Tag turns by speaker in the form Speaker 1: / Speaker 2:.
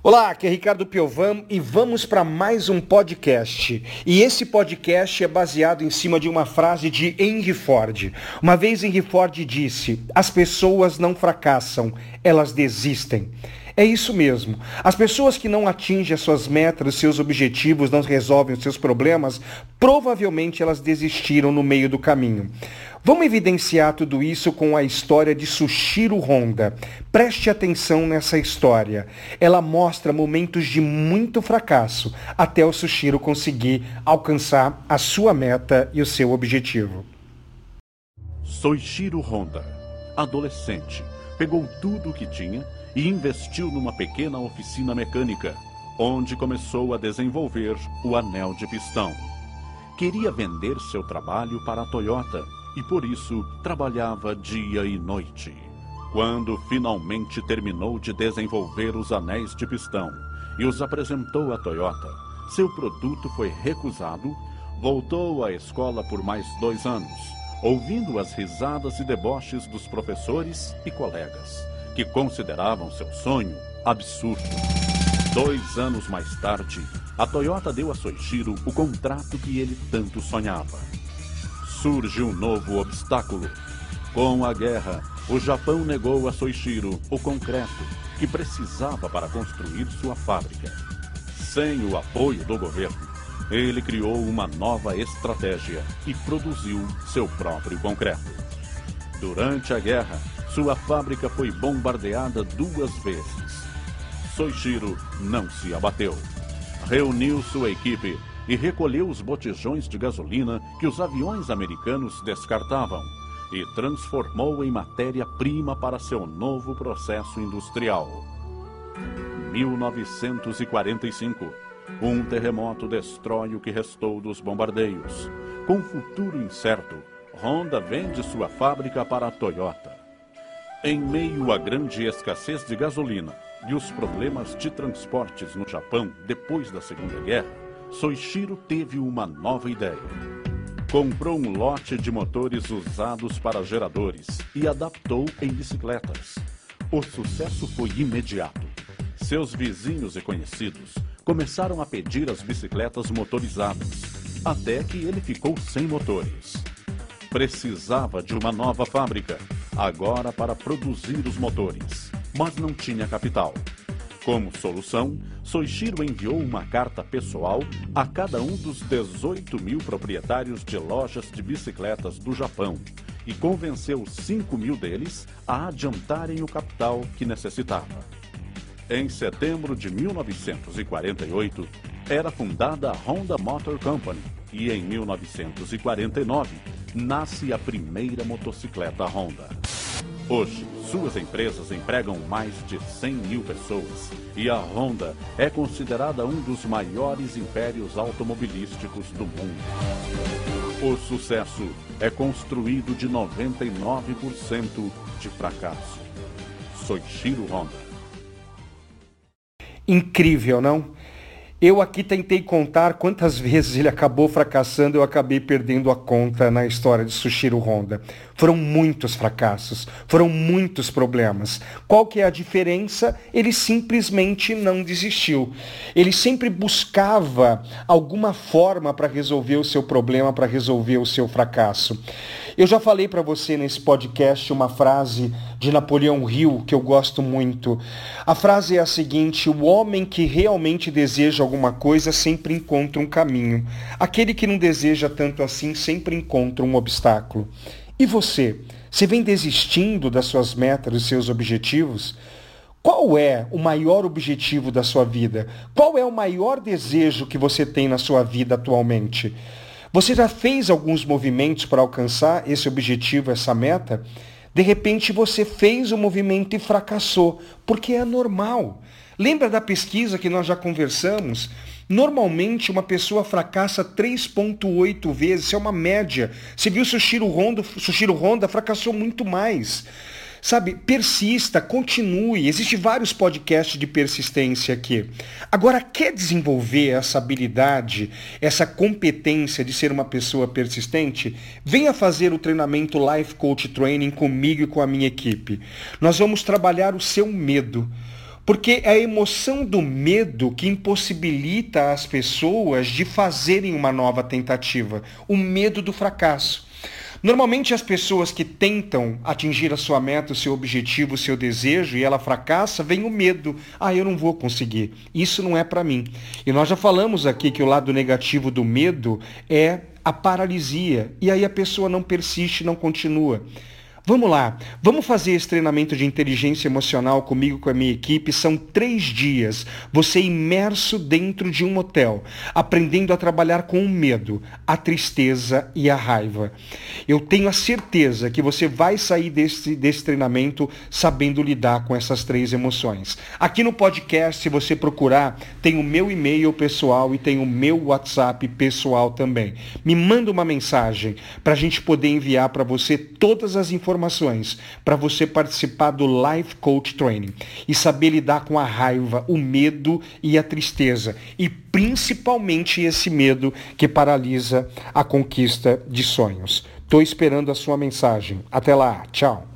Speaker 1: Olá, aqui é Ricardo Piovan e vamos para mais um podcast. E esse podcast é baseado em cima de uma frase de Henry Ford. Uma vez Henry Ford disse: as pessoas não fracassam, elas desistem. É isso mesmo. As pessoas que não atingem as suas metas, os seus objetivos, não resolvem os seus problemas, provavelmente elas desistiram no meio do caminho. Vamos evidenciar tudo isso com a história de Soichiro Honda. Preste atenção nessa história. Ela mostra momentos de muito fracasso até o Soichiro conseguir alcançar a sua meta e o seu objetivo.
Speaker 2: Soichiro Honda, adolescente, pegou tudo o que tinha e investiu numa pequena oficina mecânica, onde começou a desenvolver o anel de pistão. Queria vender seu trabalho para a Toyota e por isso trabalhava dia e noite. Quando finalmente terminou de desenvolver os anéis de pistão e os apresentou à Toyota, seu produto foi recusado, voltou à escola por mais 2 anos, ouvindo as risadas e deboches dos professores e colegas, que consideravam seu sonho absurdo. 2 anos mais tarde, a Toyota deu a Soichiro o contrato que ele tanto sonhava. Surge um novo obstáculo. Com a guerra, o Japão negou a Soichiro o concreto que precisava para construir sua fábrica. Sem o apoio do governo, ele criou uma nova estratégia e produziu seu próprio concreto. Durante a guerra, sua fábrica foi bombardeada 2 vezes. Soichiro não se abateu. Reuniu sua equipe e recolheu os botijões de gasolina que os aviões americanos descartavam e transformou em matéria-prima para seu novo processo industrial. 1945. Um terremoto destrói o que restou dos bombardeios. Com futuro incerto, Honda vende sua fábrica para a Toyota. Em meio à grande escassez de gasolina e os problemas de transportes no Japão depois da Segunda Guerra, Soichiro teve uma nova ideia. Comprou um lote de motores usados para geradores e adaptou em bicicletas. O sucesso foi imediato. Seus vizinhos e conhecidos começaram a pedir as bicicletas motorizadas, até que ele ficou sem motores. Precisava de uma nova fábrica, agora para produzir os motores, mas não tinha capital. Como solução, Soichiro enviou uma carta pessoal a cada um dos 18.000 proprietários de lojas de bicicletas do Japão e convenceu 5.000 deles a adiantarem o capital que necessitava. Em setembro de 1948, era fundada a Honda Motor Company e em 1949 nasce a primeira motocicleta Honda. Hoje, suas empresas empregam mais de 100.000 pessoas e a Honda é considerada um dos maiores impérios automobilísticos do mundo. O sucesso é construído de 99% de fracasso. Soichiro Honda.
Speaker 1: Incrível, não? Eu aqui tentei contar quantas vezes ele acabou fracassando, eu acabei perdendo a conta na história de Soichiro Honda. Foram muitos fracassos, foram muitos problemas. Qual que é a diferença? Ele simplesmente não desistiu. Ele sempre buscava alguma forma para resolver o seu problema, para resolver o seu fracasso. Eu já falei para você nesse podcast uma frase de Napoleão Hill que eu gosto muito. A frase é a seguinte: o homem que realmente deseja alguma coisa sempre encontra um caminho. Aquele que não deseja tanto assim sempre encontra um obstáculo. E você? Você vem desistindo das suas metas, dos seus objetivos? Qual é o maior objetivo da sua vida? Qual é o maior desejo que você tem na sua vida atualmente? Você já fez alguns movimentos para alcançar esse objetivo, essa meta? De repente você fez o movimento e fracassou, porque é normal. Lembra da pesquisa que nós já conversamos? Normalmente uma pessoa fracassa 3,8 vezes, isso é uma média. Você viu Soichiro Honda fracassou muito mais. Sabe, persista, continue. Existem vários podcasts de persistência aqui. Agora, quer desenvolver essa habilidade, essa competência de ser uma pessoa persistente? Venha fazer o treinamento Life Coach Training comigo e com a minha equipe. Nós vamos trabalhar o seu medo. Porque é a emoção do medo que impossibilita as pessoas de fazerem uma nova tentativa. O medo do fracasso. Normalmente as pessoas que tentam atingir a sua meta, o seu objetivo, o seu desejo, e ela fracassa, vem o medo. Eu não vou conseguir. Isso não é para mim. E nós já falamos aqui que o lado negativo do medo é a paralisia. E aí a pessoa não persiste, não continua. Vamos lá, vamos fazer esse treinamento de inteligência emocional comigo, com a minha equipe. São 3 dias, você imerso dentro de um hotel, aprendendo a trabalhar com o medo, a tristeza e a raiva. Eu tenho a certeza que você vai sair desse treinamento sabendo lidar com essas 3 emoções. Aqui no podcast, se você procurar, tem o meu e-mail pessoal e tem o meu WhatsApp pessoal também. Me manda uma mensagem para a gente poder enviar para você todas as informações para você participar do Life Coach Training e saber lidar com a raiva, o medo e a tristeza, e principalmente esse medo que paralisa a conquista de sonhos. Estou esperando a sua mensagem. Até lá, tchau.